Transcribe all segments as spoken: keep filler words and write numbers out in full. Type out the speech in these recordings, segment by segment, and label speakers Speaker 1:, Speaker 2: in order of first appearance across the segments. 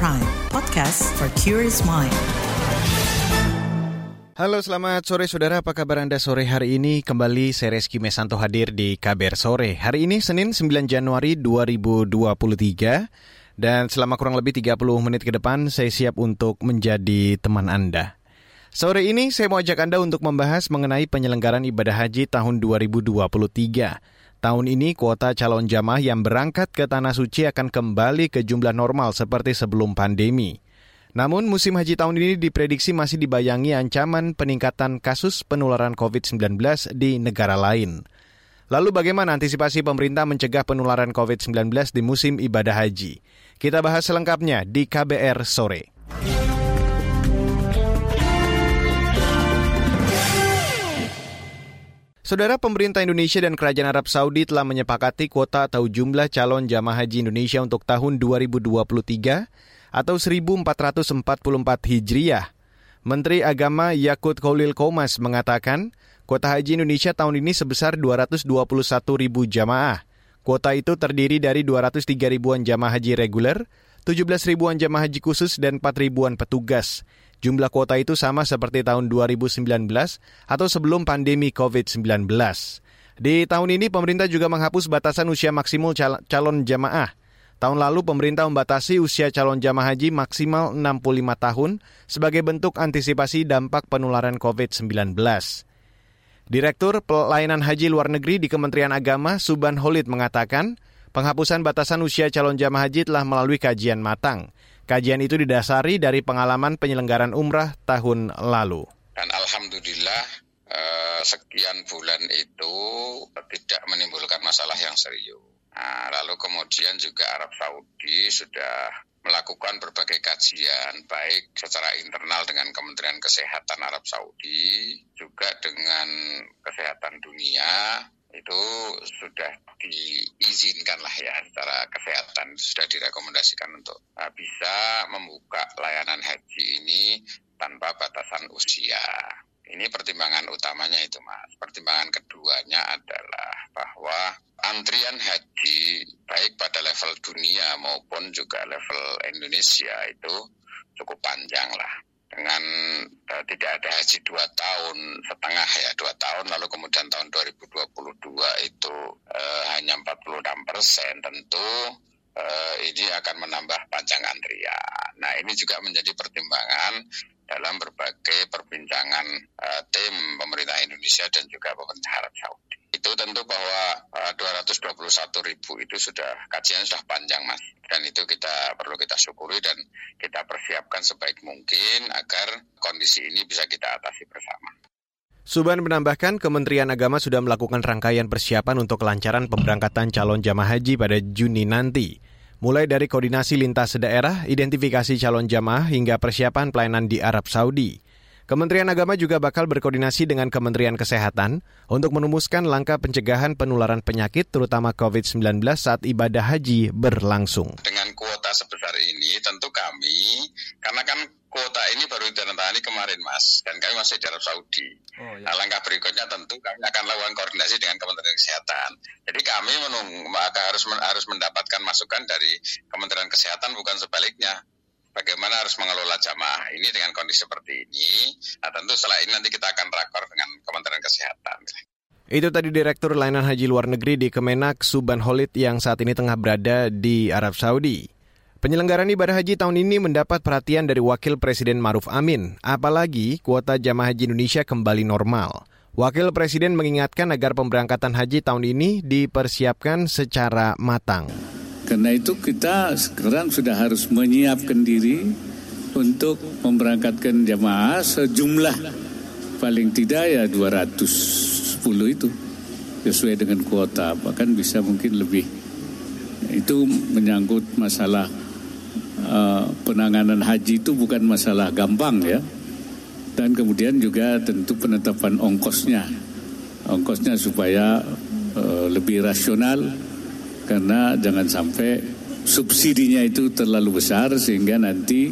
Speaker 1: Prime, podcast for curious mind.
Speaker 2: Halo, selamat sore saudara. Apa kabar Anda sore hari ini? Kembali saya Reski Mesanto hadir di K B R Sore. Hari ini Senin sembilan Januari dua ribu dua puluh tiga. Dan selama kurang lebih tiga puluh menit ke depan saya siap untuk menjadi teman Anda. Sore ini saya mau ajak Anda untuk membahas mengenai penyelenggaraan ibadah haji tahun dua ribu dua puluh tiga. Tahun ini kuota calon jamaah yang berangkat ke Tanah Suci akan kembali ke jumlah normal seperti sebelum pandemi. Namun musim haji tahun ini diprediksi masih dibayangi ancaman peningkatan kasus penularan covid sembilan belas di negara lain. Lalu bagaimana antisipasi pemerintah mencegah penularan covid sembilan belas di musim ibadah haji? Kita bahas selengkapnya di K B R Sore. Saudara, pemerintah Indonesia dan Kerajaan Arab Saudi telah menyepakati kuota atau jumlah calon jamaah haji Indonesia untuk tahun dua ribu dua puluh tiga atau seribu empat ratus empat puluh empat Hijriah. Menteri Agama Yakut Khalil Qomas mengatakan, kuota haji Indonesia tahun ini sebesar dua ratus dua puluh satu ribu jamaah. Kuota itu terdiri dari dua ratus tiga ribuan jamaah haji reguler, tujuh belas ribuan jamaah haji khusus, dan empat ribuan petugas. Jumlah kuota itu sama seperti tahun dua ribu sembilan belas atau sebelum pandemi covid sembilan belas. Di tahun ini pemerintah juga menghapus batasan usia maksimal cal- calon jamaah. Tahun lalu pemerintah membatasi usia calon jamaah haji maksimal enam puluh lima tahun sebagai bentuk antisipasi dampak penularan covid sembilan belas. Direktur Pelayanan Haji Luar Negeri di Kementerian Agama, Subhan Khalid, mengatakan penghapusan batasan usia calon jamaah haji telah melalui kajian matang. Kajian itu didasari dari pengalaman penyelenggaran umrah tahun lalu.
Speaker 3: Dan alhamdulillah eh, sekian bulan itu tidak menimbulkan masalah yang serius. Nah, lalu kemudian juga Arab Saudi sudah melakukan berbagai kajian, baik secara internal dengan Kementerian Kesehatan Arab Saudi, juga dengan Kesehatan Dunia. Itu sudah diizinkan lah ya secara kesehatan, sudah direkomendasikan untuk uh, bisa membuka layanan haji ini tanpa batasan usia. Ini pertimbangan utamanya itu, Mas. Pertimbangan keduanya adalah bahwa antrian haji baik pada level dunia maupun juga level Indonesia itu cukup panjang lah. Dengan uh, tidak ada haji dua tahun setengah ya, dua tahun, lalu kemudian tahun dua ribu dua puluh dua itu uh, hanya empat puluh enam persen, tentu uh, ini akan menambah panjang antrian. Nah, ini juga menjadi pertimbangan dalam berbagai perbincangan uh, tim pemerintah Indonesia dan juga pemerintah Arab Saudi. Itu tentu bahwa uh, dua ratus dua puluh satu ribu itu sudah, kajian sudah panjang, Mas. Dan itu kita perlu kita syukuri dan kita persiapkan sebaik mungkin agar kondisi ini bisa kita atasi bersama.
Speaker 2: Subhan menambahkan Kementerian Agama sudah melakukan rangkaian persiapan untuk kelancaran pemberangkatan calon jamaah haji pada Juni nanti. Mulai dari koordinasi lintas daerah, identifikasi calon jamaah hingga persiapan pelayanan di Arab Saudi. Kementerian Agama juga bakal berkoordinasi dengan Kementerian Kesehatan untuk merumuskan langkah pencegahan penularan penyakit terutama covid sembilan belas saat ibadah haji berlangsung.
Speaker 3: Dengan kuota sebesar ini tentu kami, karena kan kuota ini baru ditandatangani kemarin, Mas, dan kami masih di Arab Saudi. Oh, iya. Nah, langkah berikutnya tentu kami akan lakukan koordinasi dengan Kementerian Kesehatan. Jadi kami menunggu, maka harus harus mendapatkan masukan dari Kementerian Kesehatan, bukan sebaliknya. Bagaimana harus mengelola jamaah ini dengan kondisi seperti ini. Nah, tentu setelah ini nanti kita akan rakor dengan Kementerian Kesehatan.
Speaker 2: Itu tadi Direktur Layanan Haji Luar Negeri di Kemenak, Subhan Khalid, yang saat ini tengah berada di Arab Saudi. Penyelenggaraan ibadah haji tahun ini mendapat perhatian dari Wakil Presiden Ma'ruf Amin, apalagi kuota jamaah haji Indonesia kembali normal. Wakil Presiden mengingatkan agar pemberangkatan haji tahun ini dipersiapkan secara matang.
Speaker 4: Karena itu kita sekarang sudah harus menyiapkan diri untuk memberangkatkan jamaah sejumlah paling tidak ya dua ratus sepuluh itu sesuai dengan kuota, bahkan bisa mungkin lebih. Itu menyangkut masalah uh, penanganan haji itu bukan masalah gampang ya. Dan kemudian juga tentu penetapan ongkosnya, ongkosnya supaya uh, lebih rasional. Karena jangan sampai subsidinya itu terlalu besar sehingga nanti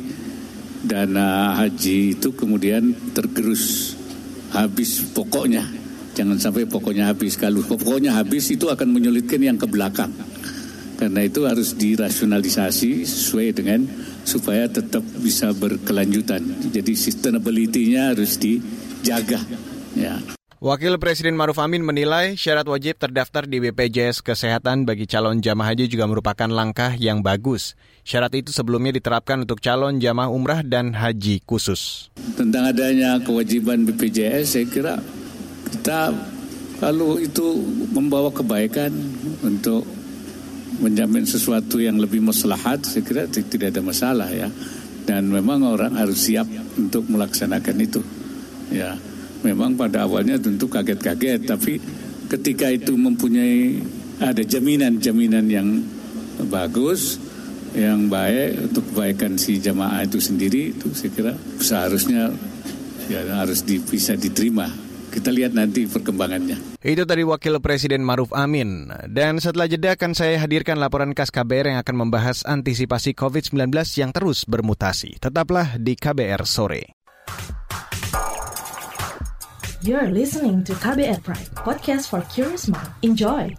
Speaker 4: dana haji itu kemudian tergerus habis pokoknya. Jangan sampai pokoknya habis. Kalau pokoknya habis itu akan menyulitkan yang ke belakang. Karena itu harus dirasionalisasi sesuai dengan supaya tetap bisa berkelanjutan. Jadi sustainability-nya harus dijaga. Ya.
Speaker 2: Wakil Presiden Maruf Amin menilai syarat wajib terdaftar di B P J S Kesehatan bagi calon jamaah haji juga merupakan langkah yang bagus. Syarat itu sebelumnya diterapkan untuk calon jamaah umrah dan haji khusus.
Speaker 4: Tentang adanya kewajiban B P J S, saya kira kita kalau itu membawa kebaikan untuk menjamin sesuatu yang lebih maslahat, saya kira tidak ada masalah ya. Dan memang orang harus siap untuk melaksanakan itu. Ya, memang pada awalnya tentu kaget-kaget, tapi ketika itu mempunyai ada jaminan-jaminan yang bagus, yang baik untuk kebaikan si jamaah itu sendiri, itu saya kira seharusnya ya harus di, bisa diterima. Kita lihat nanti perkembangannya.
Speaker 2: Itu tadi Wakil Presiden Maruf Amin. Dan setelah jeda akan saya hadirkan laporan khas K B R yang akan membahas antisipasi covid sembilan belas yang terus bermutasi. Tetaplah di K B R Sore.
Speaker 1: You're listening to K B R Pride, podcast for curious mind. Enjoy!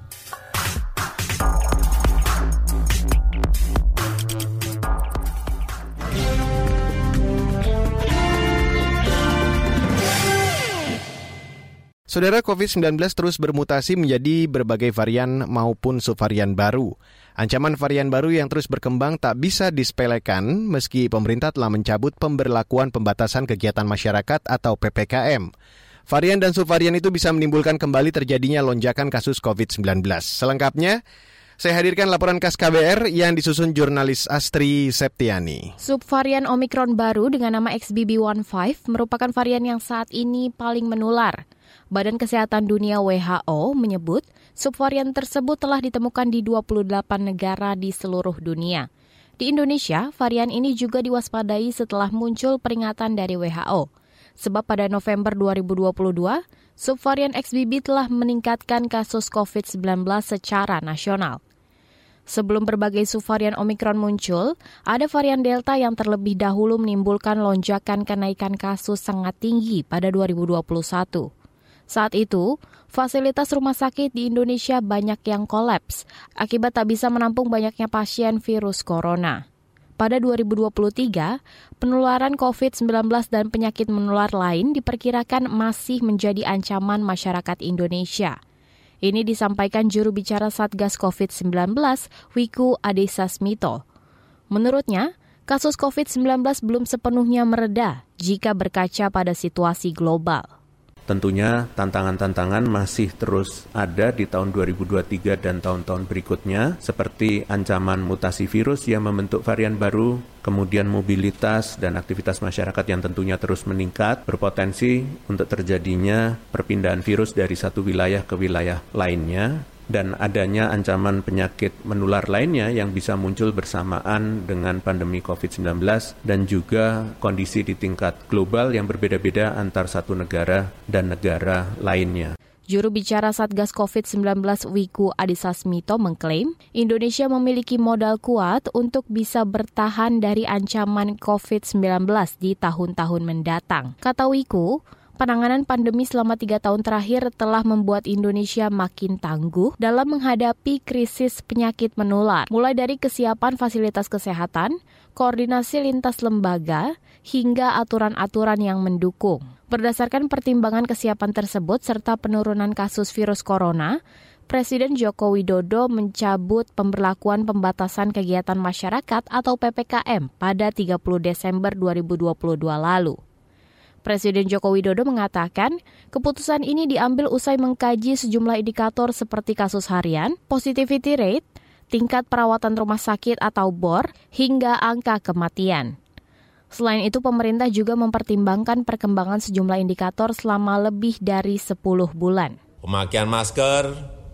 Speaker 2: Saudara, covid sembilan belas terus bermutasi menjadi berbagai varian maupun subvarian baru. Ancaman varian baru yang terus berkembang tak bisa disepelekan meski pemerintah telah mencabut pemberlakuan pembatasan kegiatan masyarakat atau P P K M. Varian dan subvarian itu bisa menimbulkan kembali terjadinya lonjakan kasus covid sembilan belas. Selengkapnya, saya hadirkan laporan khas K B R yang disusun jurnalis Astri Septiani.
Speaker 5: Subvarian Omikron baru dengan nama X B B lima merupakan varian yang saat ini paling menular. Badan Kesehatan Dunia W H O menyebut subvarian tersebut telah ditemukan di dua puluh delapan negara di seluruh dunia. Di Indonesia, varian ini juga diwaspadai setelah muncul peringatan dari W H O. Sebab pada November dua ribu dua puluh dua, subvarian X B B telah meningkatkan kasus covid sembilan belas secara nasional. Sebelum berbagai subvarian Omikron muncul, ada varian Delta yang terlebih dahulu menimbulkan lonjakan kenaikan kasus sangat tinggi pada dua ribu dua puluh satu. Saat itu, fasilitas rumah sakit di Indonesia banyak yang kolaps akibat tak bisa menampung banyaknya pasien virus corona. Pada dua ribu dua puluh tiga, penularan covid sembilan belas dan penyakit menular lain diperkirakan masih menjadi ancaman masyarakat Indonesia. Ini disampaikan juru bicara Satgas covid sembilan belas, Wiku Adhisa Smito. Menurutnya, kasus covid sembilan belas belum sepenuhnya mereda jika berkaca pada situasi global.
Speaker 6: Tentunya tantangan-tantangan masih terus ada di tahun dua ribu dua puluh tiga dan tahun-tahun berikutnya, seperti ancaman mutasi virus yang membentuk varian baru, kemudian mobilitas dan aktivitas masyarakat yang tentunya terus meningkat, berpotensi untuk terjadinya perpindahan virus dari satu wilayah ke wilayah lainnya, dan adanya ancaman penyakit menular lainnya yang bisa muncul bersamaan dengan pandemi covid sembilan belas dan juga kondisi di tingkat global yang berbeda-beda antar satu negara dan negara lainnya.
Speaker 5: Juru bicara Satgas covid sembilan belas Wiku Adhisa Smito mengklaim Indonesia memiliki modal kuat untuk bisa bertahan dari ancaman covid sembilan belas di tahun-tahun mendatang. Kata Wiku, penanganan pandemi selama tiga tahun terakhir telah membuat Indonesia makin tangguh dalam menghadapi krisis penyakit menular, mulai dari kesiapan fasilitas kesehatan, koordinasi lintas lembaga, hingga aturan-aturan yang mendukung. Berdasarkan pertimbangan kesiapan tersebut serta penurunan kasus virus corona, Presiden Joko Widodo mencabut pemberlakuan pembatasan kegiatan masyarakat atau P P K M pada tiga puluh Desember dua ribu dua puluh dua lalu. Presiden Joko Widodo mengatakan keputusan ini diambil usai mengkaji sejumlah indikator seperti kasus harian, positivity rate, tingkat perawatan rumah sakit atau B O R, hingga angka kematian. Selain itu, pemerintah juga mempertimbangkan perkembangan sejumlah indikator selama lebih dari sepuluh bulan.
Speaker 7: Pemakaian masker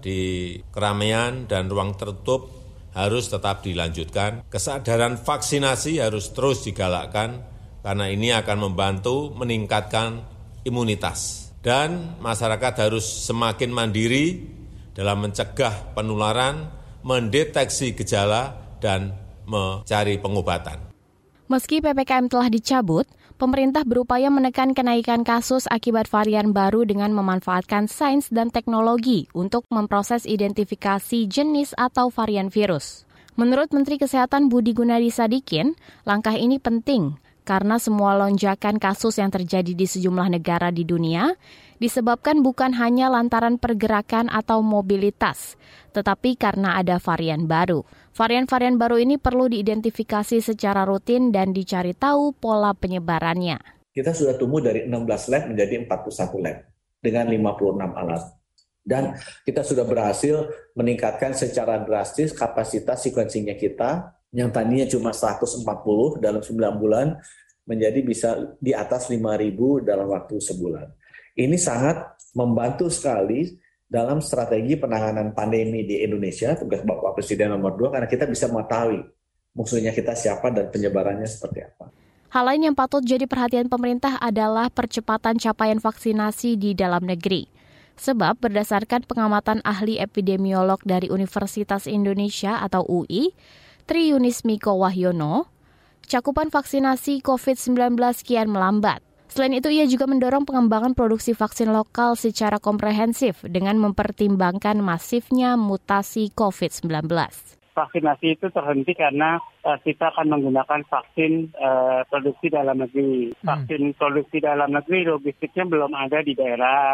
Speaker 7: di keramaian dan ruang tertutup harus tetap dilanjutkan. Kesadaran vaksinasi harus terus digalakkan, karena ini akan membantu meningkatkan imunitas. Dan masyarakat harus semakin mandiri dalam mencegah penularan, mendeteksi gejala, dan mencari pengobatan.
Speaker 5: Meski P P K M telah dicabut, pemerintah berupaya menekan kenaikan kasus akibat varian baru dengan memanfaatkan sains dan teknologi untuk memproses identifikasi jenis atau varian virus. Menurut Menteri Kesehatan Budi Gunadi Sadikin, langkah ini penting karena semua lonjakan kasus yang terjadi di sejumlah negara di dunia disebabkan bukan hanya lantaran pergerakan atau mobilitas, tetapi karena ada varian baru. Varian-varian baru ini perlu diidentifikasi secara rutin dan dicari tahu pola penyebarannya.
Speaker 8: Kita sudah tumbuh dari enam belas lab menjadi empat puluh satu lab dengan lima puluh enam alat. Dan kita sudah berhasil meningkatkan secara drastis kapasitas sequencingnya kita, yang tadinya cuma seratus empat puluh dalam sembilan bulan, menjadi bisa di atas lima ribu dalam waktu sebulan. Ini sangat membantu sekali dalam strategi penanganan pandemi di Indonesia, tugas Bapak Presiden nomor dua, karena kita bisa mengetahui musuhnya kita siapa dan penyebarannya seperti apa.
Speaker 5: Hal lain yang patut jadi perhatian pemerintah adalah percepatan capaian vaksinasi di dalam negeri. Sebab berdasarkan pengamatan ahli epidemiolog dari Universitas Indonesia atau U I, Tri Yunis Miko Wahyono, cakupan vaksinasi covid sembilan belas kian melambat. Selain itu, ia juga mendorong pengembangan produksi vaksin lokal secara komprehensif dengan mempertimbangkan masifnya mutasi covid sembilan belas.
Speaker 9: Vaksinasi itu terhenti karena uh, kita akan menggunakan vaksin uh, produksi dalam negeri. Vaksin hmm. produksi dalam negeri logistiknya belum ada di daerah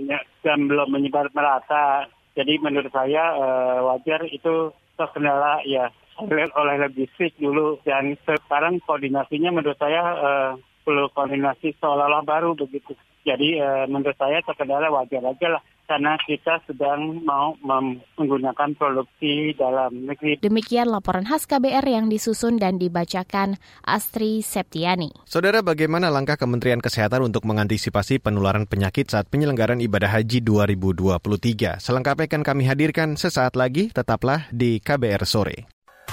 Speaker 9: dan belum menyebar merata. Jadi menurut saya uh, wajar itu terkendala ya oleh, oleh logistik dulu, dan sekarang koordinasinya menurut saya uh, perlu koordinasi seolah-olah baru begitu. Jadi uh, menurut saya terkendala wajar aja lah, karena kita sedang mau mem- menggunakan produksi dalam negeri.
Speaker 5: Demikian laporan khas K B R yang disusun dan dibacakan Astri Septiani.
Speaker 2: Saudara, bagaimana langkah Kementerian Kesehatan untuk mengantisipasi penularan penyakit saat penyelenggaraan ibadah haji dua ribu dua puluh tiga? Selengkapnya akan kami hadirkan sesaat lagi, tetaplah di K B R Sore.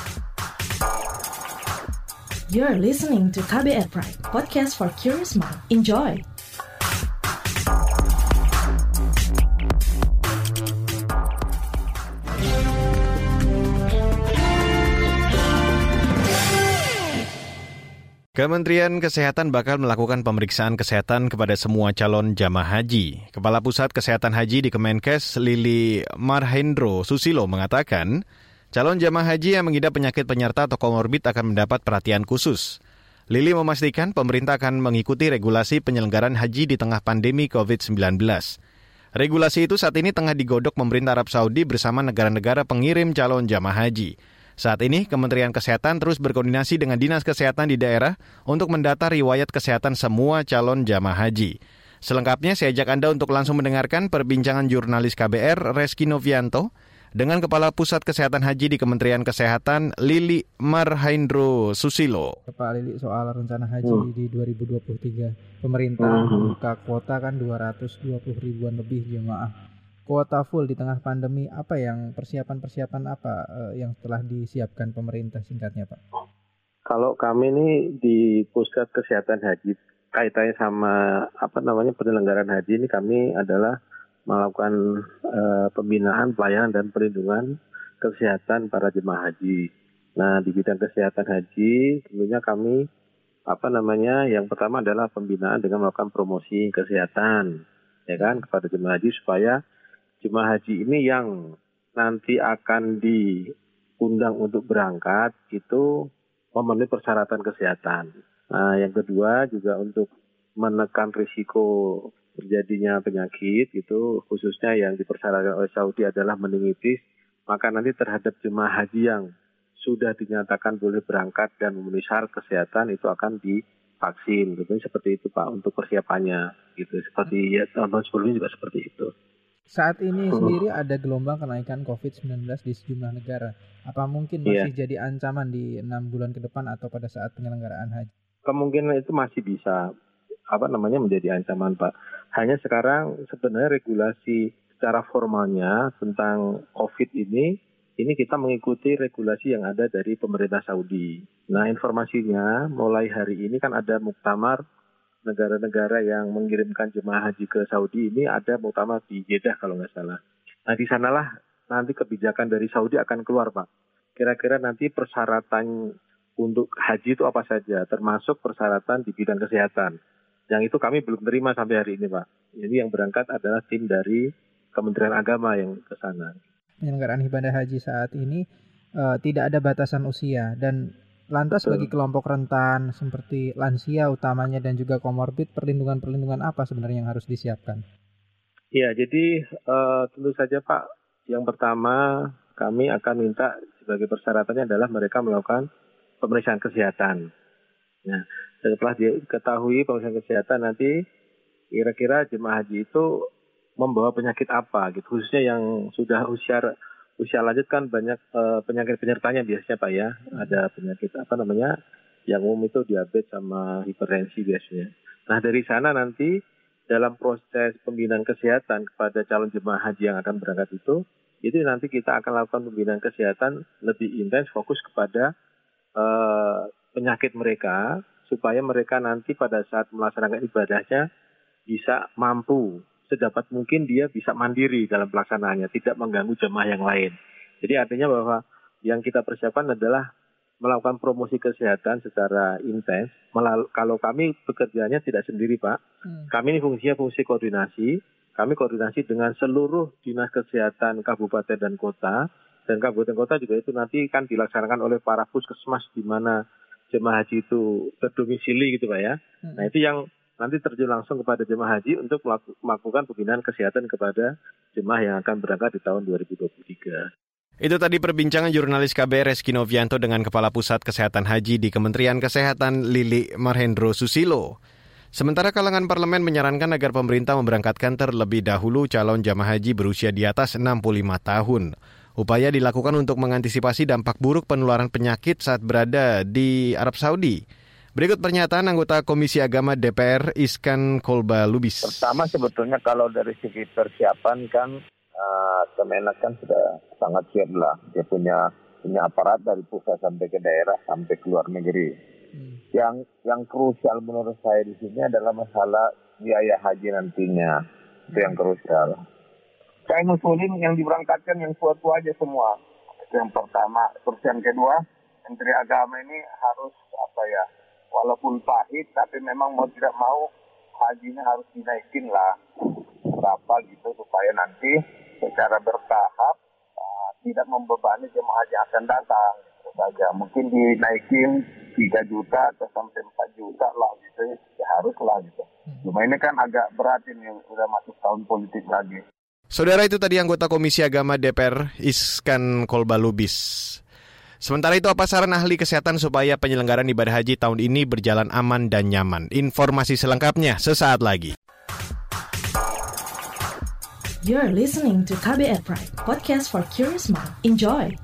Speaker 1: You're listening to K B R Pride, podcast for curious mind. Enjoy!
Speaker 2: Kementerian Kesehatan bakal melakukan pemeriksaan kesehatan kepada semua calon jamaah haji. Kepala Pusat Kesehatan Haji di Kemenkes, Lili Marhendro Susilo, mengatakan calon jamaah haji yang mengidap penyakit penyerta atau komorbid akan mendapat perhatian khusus. Lili memastikan pemerintah akan mengikuti regulasi penyelenggaraan haji di tengah pandemi covid sembilan belas. Regulasi itu saat ini tengah digodok pemerintah Arab Saudi bersama negara-negara pengirim calon jamaah haji. Saat ini, Kementerian Kesehatan terus berkoordinasi dengan Dinas Kesehatan di daerah untuk mendata riwayat kesehatan semua calon jamaah haji. Selengkapnya, saya ajak Anda untuk langsung mendengarkan perbincangan jurnalis K B R, Reski Novianto, dengan Kepala Pusat Kesehatan Haji di Kementerian Kesehatan, Lili Marhendro Susilo.
Speaker 10: Pak Lili, soal rencana haji hmm. di dua ribu dua puluh tiga, pemerintah membuka hmm. kuota kan dua ratus dua puluh ribuan lebih jemaah. Kuota full di tengah pandemi, apa yang persiapan-persiapan apa uh, yang telah disiapkan pemerintah singkatnya, Pak?
Speaker 11: Kalau kami ini di Pusat Kesehatan Haji kaitannya sama apa namanya penyelenggaraan haji ini, kami adalah melakukan uh, pembinaan, pelayanan dan perlindungan kesehatan para jemaah haji. Nah, di bidang kesehatan haji tentunya kami apa namanya yang pertama adalah pembinaan dengan melakukan promosi kesehatan, ya kan, kepada jemaah haji supaya jemaah haji ini yang nanti akan diundang untuk berangkat itu memenuhi persyaratan kesehatan. Nah, yang kedua juga untuk menekan risiko terjadinya penyakit itu khususnya yang dipersyaratkan oleh Saudi adalah meningitis, maka nanti terhadap jemaah haji yang sudah dinyatakan boleh berangkat dan memenuhi syarat kesehatan itu akan divaksin. Tentunya seperti itu, Pak, untuk persiapannya gitu. Seperti ya, tahun-tahun sebelumnya juga seperti itu.
Speaker 10: Saat ini sendiri ada gelombang kenaikan covid sembilan belas di sejumlah negara. Apa mungkin masih yeah. jadi ancaman di enam bulan ke depan atau pada saat penyelenggaraan haji?
Speaker 11: Kemungkinan itu masih bisa apa namanya menjadi ancaman, Pak. Hanya sekarang sebenarnya regulasi secara formalnya tentang COVID ini, ini kita mengikuti regulasi yang ada dari pemerintah Saudi. Nah, informasinya mulai hari ini kan ada muktamar negara-negara yang mengirimkan jemaah haji ke Saudi ini, ada muktamar di Jeddah kalau nggak salah. Nah, di sanalah nanti kebijakan dari Saudi akan keluar, Pak. Kira-kira nanti persyaratan untuk haji itu apa saja, termasuk persyaratan di bidang kesehatan. Yang itu kami belum terima sampai hari ini, Pak. Jadi yang berangkat adalah tim dari Kementerian Agama yang ke sana.
Speaker 10: Penyelenggaraan ibadah haji saat ini uh, tidak ada batasan usia, dan lantas Betul. Bagi kelompok rentan seperti lansia utamanya dan juga komorbid, perlindungan-perlindungan apa sebenarnya yang harus disiapkan? Iya, jadi uh, tentu saja Pak, yang pertama kami akan minta sebagai persyaratannya adalah mereka melakukan pemeriksaan kesehatan. Nah, setelah diketahui pemeriksaan kesehatan nanti kira-kira jemaah haji itu membawa penyakit apa gitu, khususnya yang sudah usia usia lanjut kan banyak uh, penyakit penyertanya biasanya Pak ya. Ada penyakit apa namanya yang umum itu diabetes sama hipertensi biasanya. Nah, dari sana nanti dalam proses pembinaan kesehatan kepada calon jemaah haji yang akan berangkat itu itu nanti kita akan lakukan pembinaan kesehatan lebih intens, fokus kepada uh, penyakit mereka, supaya mereka nanti pada saat melaksanakan ibadahnya bisa mampu, sedapat mungkin dia bisa mandiri dalam pelaksanaannya, tidak mengganggu jemaah yang lain. Jadi artinya bahwa yang kita persiapkan adalah melakukan promosi kesehatan secara intens. Melalui, kalau kami bekerjanya tidak sendiri Pak, hmm. kami ini fungsinya fungsi koordinasi. Kami koordinasi dengan seluruh dinas kesehatan kabupaten dan kota, dan kabupaten kota juga itu nanti kan dilaksanakan oleh para puskesmas di mana jemaah haji itu terdomisili gitu Pak ya. Hmm. Nah itu yang nanti terjun langsung kepada jemaah haji untuk melakukan pembinaan kesehatan kepada jemaah yang akan berangkat di tahun dua ribu dua puluh tiga.
Speaker 2: Itu tadi perbincangan jurnalis K B R Reski Novianto dengan Kepala Pusat Kesehatan Haji di Kementerian Kesehatan Lili Marhendro Susilo. Sementara kalangan parlemen menyarankan agar pemerintah memberangkatkan terlebih dahulu calon jamaah haji berusia di atas enam puluh lima tahun. Upaya dilakukan untuk mengantisipasi dampak buruk penularan penyakit saat berada di Arab Saudi. Berikut pernyataan anggota Komisi Agama D P R Iskan Kolba Lubis.
Speaker 12: Pertama sebetulnya kalau dari segi persiapan kan uh, Kemenak kan sudah sangat siap lah. Dia punya punya aparat dari pusat sampai ke daerah sampai ke luar negeri. Hmm. Yang yang krusial menurut saya di sini adalah masalah biaya haji nantinya. Itu yang krusial. Saya ngusulin yang diberangkatkan yang tua-tua aja semua. Itu yang pertama. Terus yang kedua, Menteri Agama ini harus apa ya? Walaupun pahit, tapi memang mau tidak mau hajinya harus dinaikin lah berapa gitu supaya nanti secara bertahap uh, tidak membebani jemaah haji akan datang. Gitu saja. Mungkin dinaikin tiga juta atau sampai empat juta lah gitu, ya harus lah gitu. Cuma ini kan agak berat ini, udah masuk tahun politik lagi.
Speaker 2: Saudara, itu tadi anggota Komisi Agama D P R Iskan Kolba Lubis. Sementara itu, apa saran ahli kesehatan supaya penyelenggaraan ibadah haji tahun ini berjalan aman dan nyaman? Informasi selengkapnya sesaat lagi.
Speaker 1: You're listening to K B R Pride, podcast for curious mind. Enjoy!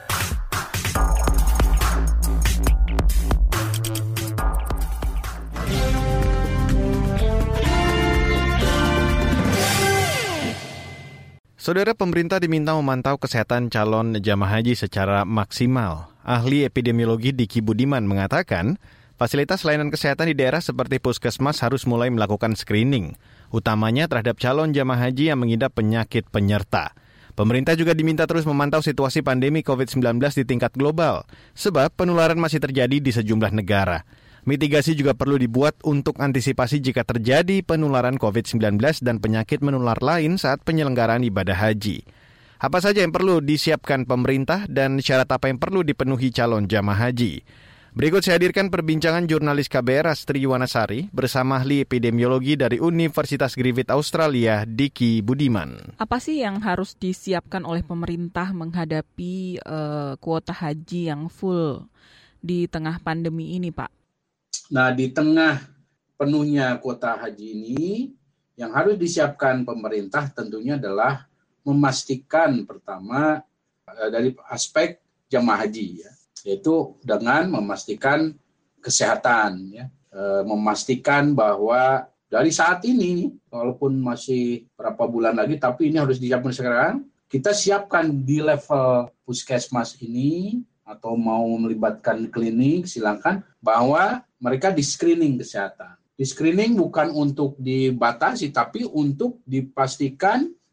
Speaker 2: Saudara, pemerintah diminta memantau kesehatan calon jamaah haji secara maksimal. Ahli epidemiologi Diki Budiman mengatakan, fasilitas layanan kesehatan di daerah seperti puskesmas harus mulai melakukan screening, utamanya terhadap calon jamaah haji yang mengidap penyakit penyerta. Pemerintah juga diminta terus memantau situasi pandemi covid sembilan belas di tingkat global, sebab penularan masih terjadi di sejumlah negara. Mitigasi juga perlu dibuat untuk antisipasi jika terjadi penularan covid sembilan belas dan penyakit menular lain saat penyelenggaraan ibadah haji. Apa saja yang perlu disiapkan pemerintah dan syarat apa yang perlu dipenuhi calon jamaah haji? Berikut saya hadirkan perbincangan jurnalis K B R Astri Yuwanasari bersama ahli epidemiologi dari Universitas Griffith Australia, Diki Budiman.
Speaker 13: Apa sih yang harus disiapkan oleh pemerintah menghadapi uh, kuota haji yang full di tengah pandemi ini, Pak?
Speaker 14: Nah, di tengah penuhnya kuota haji ini, yang harus disiapkan pemerintah tentunya adalah memastikan pertama dari aspek jamaah haji, ya, yaitu dengan memastikan kesehatan, ya, e, memastikan bahwa dari saat ini, walaupun masih berapa bulan lagi, tapi ini harus disiapkan sekarang, kita siapkan di level puskesmas ini, atau mau melibatkan klinik, silakan, bahwa mereka di screening kesehatan. Di screening bukan untuk dibatasi, tapi untuk dipastikan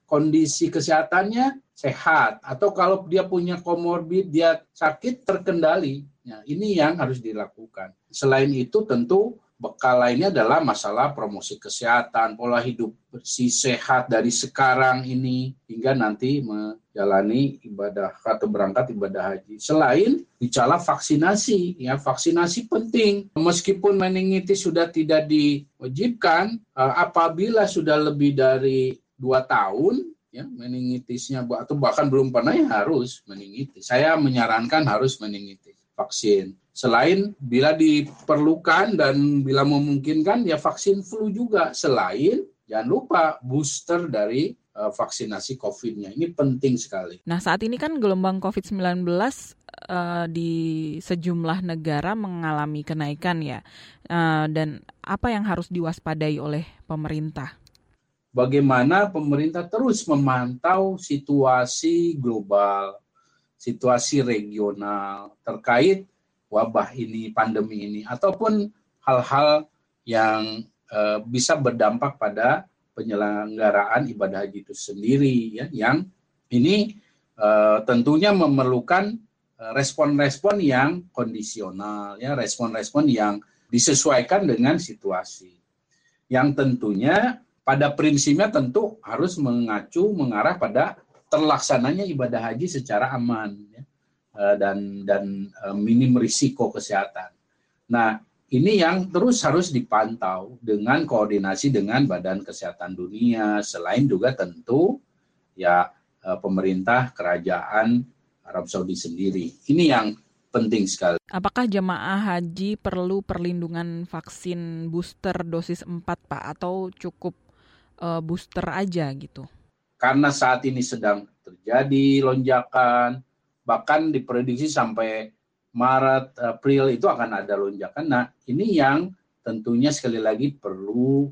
Speaker 14: kondisi kesehatannya sehat, atau kalau dia punya komorbid, dia sakit terkendali. Ya, ini yang harus dilakukan. Selain itu tentu bekal lainnya adalah masalah promosi kesehatan, pola hidup bersih sehat dari sekarang ini hingga nanti menjalani ibadah atau berangkat ibadah haji. Selain bicara vaksinasi, ya vaksinasi penting. Meskipun meningitis sudah tidak diwajibkan, apabila sudah lebih dari dua tahun, ya meningitisnya atau bahkan belum pernah, ya harus meningitis. Saya menyarankan harus meningitis vaksin. Selain bila diperlukan dan bila memungkinkan, ya vaksin flu juga. Selain jangan lupa booster dari uh, vaksinasi COVID-nya. Ini penting sekali.
Speaker 13: Nah, saat ini kan gelombang covid sembilan belas uh, di sejumlah negara mengalami kenaikan ya. Uh, dan apa yang harus diwaspadai oleh pemerintah?
Speaker 14: Bagaimana pemerintah terus memantau situasi global, situasi regional terkait wabah ini, pandemi ini, ataupun hal-hal yang e, bisa berdampak pada penyelenggaraan ibadah haji itu sendiri, ya, yang ini e, tentunya memerlukan respon-respon yang kondisional, ya, respon-respon yang disesuaikan dengan situasi, yang tentunya pada prinsipnya tentu harus mengacu mengarah pada terlaksananya ibadah haji secara aman, ya, dan dan minim risiko kesehatan. Nah, ini yang terus harus dipantau dengan koordinasi dengan Badan Kesehatan Dunia, selain juga tentu ya pemerintah kerajaan Arab Saudi sendiri. Ini yang penting sekali.
Speaker 13: Apakah jemaah haji perlu perlindungan vaksin booster dosis empat, Pak, atau cukup uh, booster aja gitu?
Speaker 14: Karena saat ini sedang terjadi lonjakan, bahkan diprediksi sampai Maret, April itu akan ada lonjakan. Nah, ini yang tentunya sekali lagi perlu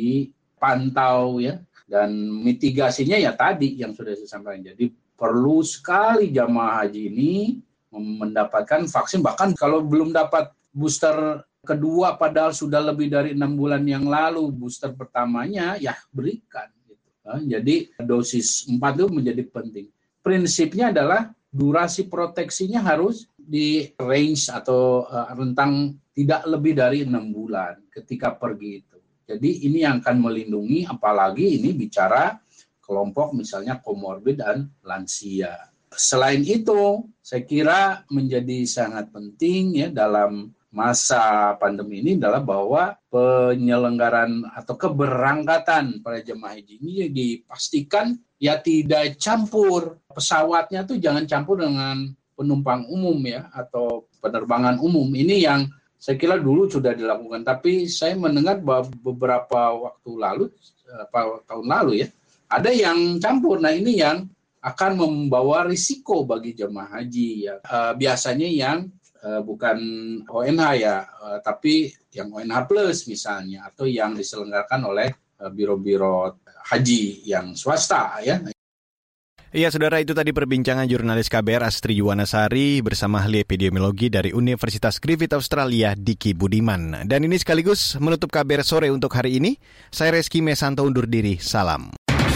Speaker 14: dipantau, ya, dan mitigasinya ya tadi yang sudah saya sampaikan. Jadi perlu sekali jamaah haji ini mendapatkan vaksin, bahkan kalau belum dapat booster kedua padahal sudah lebih dari enam bulan yang lalu booster pertamanya, ya berikan. Jadi dosis empat itu menjadi penting. Prinsipnya adalah durasi proteksinya harus di range atau uh, rentang tidak lebih dari enam bulan ketika pergi itu. Jadi ini yang akan melindungi, apalagi ini bicara kelompok misalnya komorbid dan lansia. Selain itu, saya kira menjadi sangat penting ya dalam masa pandemi ini adalah bahwa penyelenggaraan atau keberangkatan para jemaah haji ini dipastikan ya tidak campur, pesawatnya tuh jangan campur dengan penumpang umum ya atau penerbangan umum. Ini yang saya kira dulu sudah dilakukan, tapi saya mendengar bahwa beberapa waktu lalu, tahun lalu ya, ada yang campur. Nah, ini yang akan membawa risiko bagi jemaah haji ya. Uh, biasanya yang uh, bukan O N H ya, uh, tapi yang O N H plus misalnya, atau yang diselenggarakan oleh uh, biro-biro haji yang swasta ya.
Speaker 2: Iya, saudara, itu tadi perbincangan jurnalis K B R Astri Yuwanasari bersama ahli epidemiologi dari Universitas Griffith Australia, Diki Budiman. Dan ini sekaligus menutup K B R sore untuk hari ini. Saya Reski Mesanto undur diri. Salam.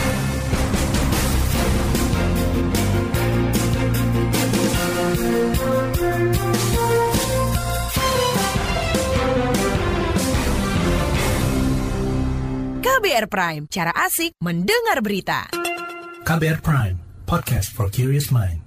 Speaker 15: K B R Prime, cara asik mendengar berita.
Speaker 16: K B R Prime, podcast for curious mind.